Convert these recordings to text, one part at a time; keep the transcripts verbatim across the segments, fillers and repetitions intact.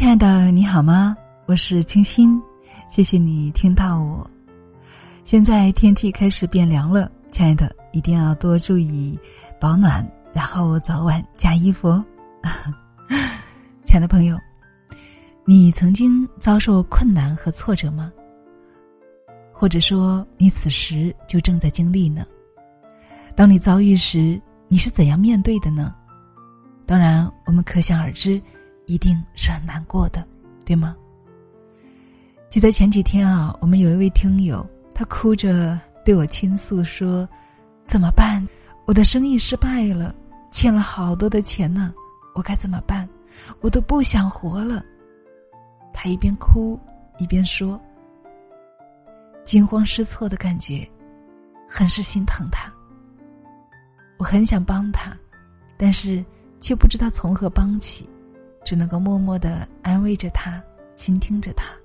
亲爱的，你好吗？我是清新，谢谢你听到我。现在天气开始变凉了，亲爱的，一定要多注意保暖，然后早晚加衣服哦。亲爱的朋友，你曾经遭受困难和挫折吗？或者说你此时就正在经历呢？当你遭遇时，你是怎样面对的呢？当然我们可想而知，一定是很难过的，对吗？记得前几天啊，我们有一位听友，他哭着对我倾诉说，怎么办？我的生意失败了，欠了好多的钱呢，我该怎么办？我都不想活了。他一边哭一边说，惊慌失措的感觉，很是心疼他。我很想帮他，但是却不知道从何帮起，只能够默默地安慰着他，倾听着他。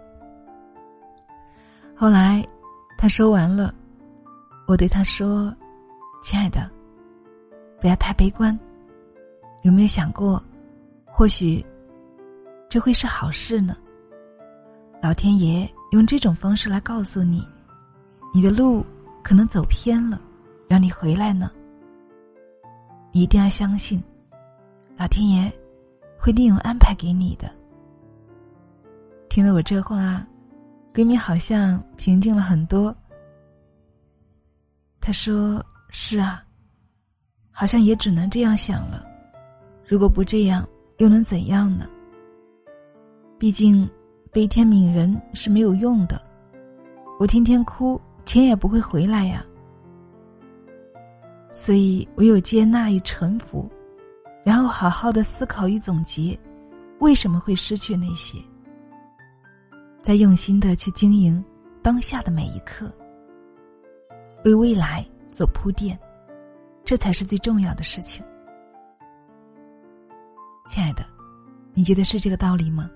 后来他说完了，我对他说，亲爱的，不要太悲观，有没有想过，或许这会是好事呢？老天爷用这种方式来告诉你，你的路可能走偏了，让你回来呢。你一定要相信，老天爷会利用安排给你的。听了我这话，闺蜜好像平静了很多。她说，是啊，好像也只能这样想了，如果不这样又能怎样呢？毕竟悲天悯人是没有用的，我天天哭，钱也不会回来呀。所以唯有接纳与臣服，然后好好的思考与总结，为什么会失去那些，再用心的去经营当下的每一刻，为未来做铺垫，这才是最重要的事情。亲爱的，你觉得是这个道理吗？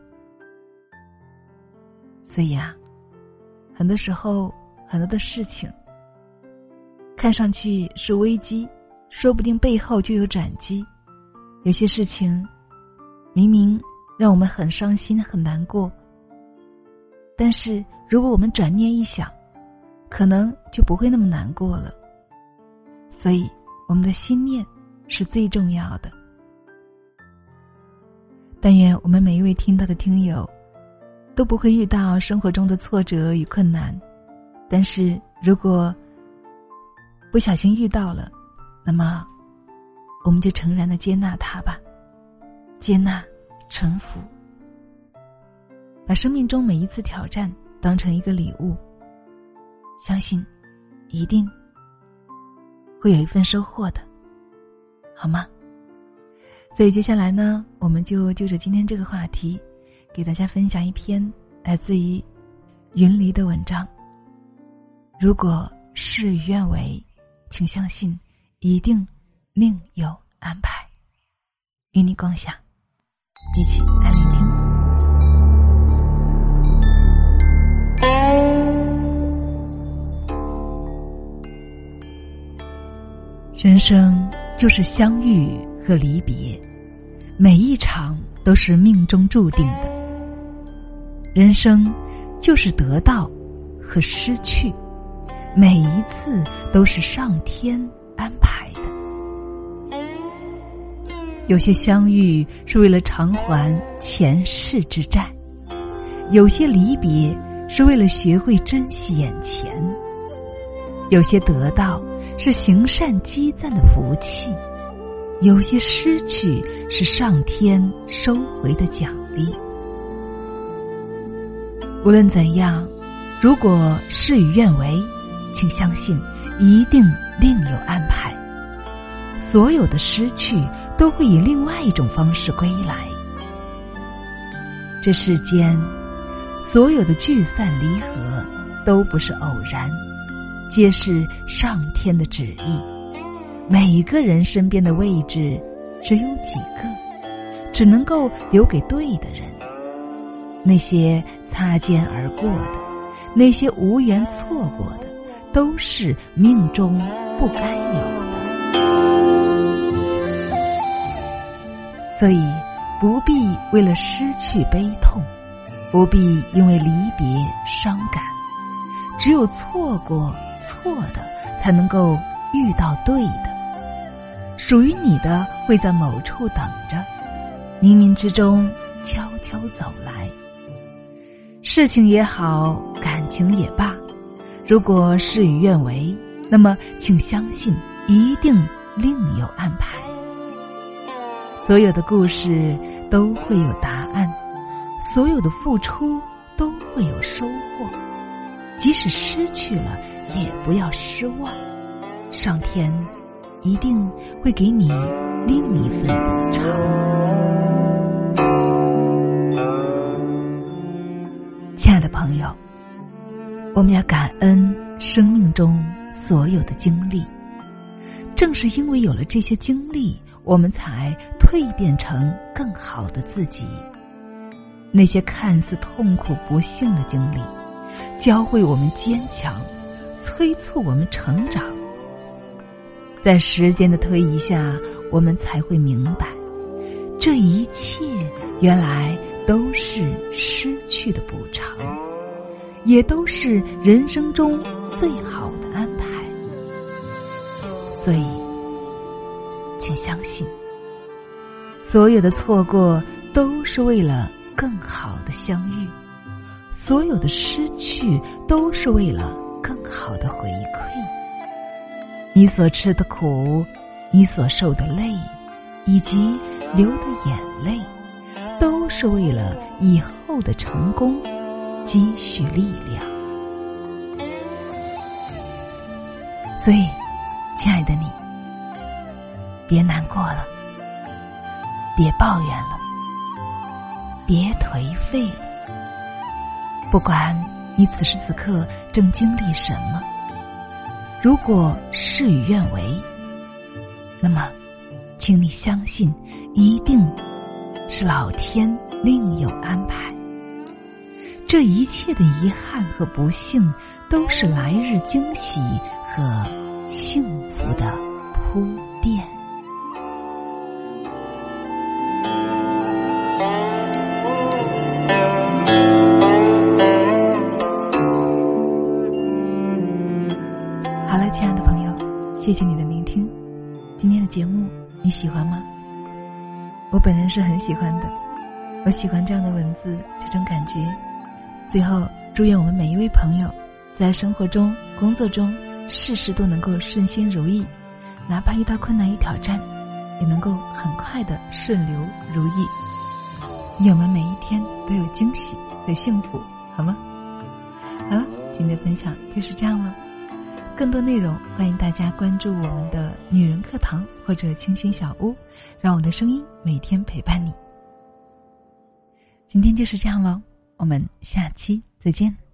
所以啊，很多时候很多的事情看上去是危机，说不定背后就有转机。有些事情明明让我们很伤心很难过，但是如果我们转念一想，可能就不会那么难过了。所以我们的心念是最重要的。但愿我们每一位听到的听友都不会遇到生活中的挫折与困难，但是如果不小心遇到了，那么我们就诚然的接纳它吧，接纳臣服，把生命中每一次挑战当成一个礼物，相信一定会有一份收获的，好吗？所以接下来呢，我们就就着今天这个话题，给大家分享一篇来自于云离的文章。如果事与愿违，请相信一定另有安排。与你共享，一起来聆听。人生就是相遇和离别，每一场都是命中注定的。人生就是得到和失去，每一次都是上天安排的。有些相遇是为了偿还前世之债，有些离别是为了学会珍惜眼前，有些得到是行善积攒的福气，有些失去是上天收回的奖励。无论怎样，如果事与愿违，请相信一定另有安排。所有的失去都会以另外一种方式归来。这世间所有的聚散离合都不是偶然，皆是上天的旨意。每一个人身边的位置只有几个，只能够留给对的人。那些擦肩而过的，那些无缘错过的，都是命中不该有的。所以不必为了失去悲痛，不必因为离别伤感。只有错过错的，才能够遇到对的。属于你的会在某处等着，冥冥之中悄悄走来。事情也好，感情也罢，如果事与愿违，那么请相信一定另有安排。所有的故事都会有答案，所有的付出都会有收获。即使失去了，也不要失望，上天一定会给你另一份补偿。亲爱的朋友，我们要感恩生命中所有的经历，正是因为有了这些经历，我们才蜕变成更好的自己。那些看似痛苦不幸的经历，教会我们坚强，催促我们成长。在时间的推移下，我们才会明白，这一切原来都是失去的补偿，也都是人生中最好的安排。所以请相信，所有的错过都是为了更好的相遇，所有的失去都是为了更好的回馈。你所吃的苦，你所受的累，以及流的眼泪，都是为了以后的成功积蓄力量。所以亲爱的你，别难过了，别抱怨了，别颓废了。不管你此时此刻正经历什么，如果事与愿违，那么请你相信，一定是老天另有安排。这一切的遗憾和不幸，都是来日惊喜和幸福的铺垫。好了，亲爱的朋友，谢谢你的聆听。今天的节目你喜欢吗？我本人是很喜欢的，我喜欢这样的文字，这种感觉。最后祝愿我们每一位朋友在生活中工作中事事都能够顺心如意，哪怕遇到困难与挑战，也能够很快的顺流如意。愿我们每一天都有惊喜和幸福，好吗？好了，今天的分享就是这样了。更多内容欢迎大家关注我们的女人课堂或者清新小屋，让我的声音每天陪伴你。今天就是这样咯，我们下期再见。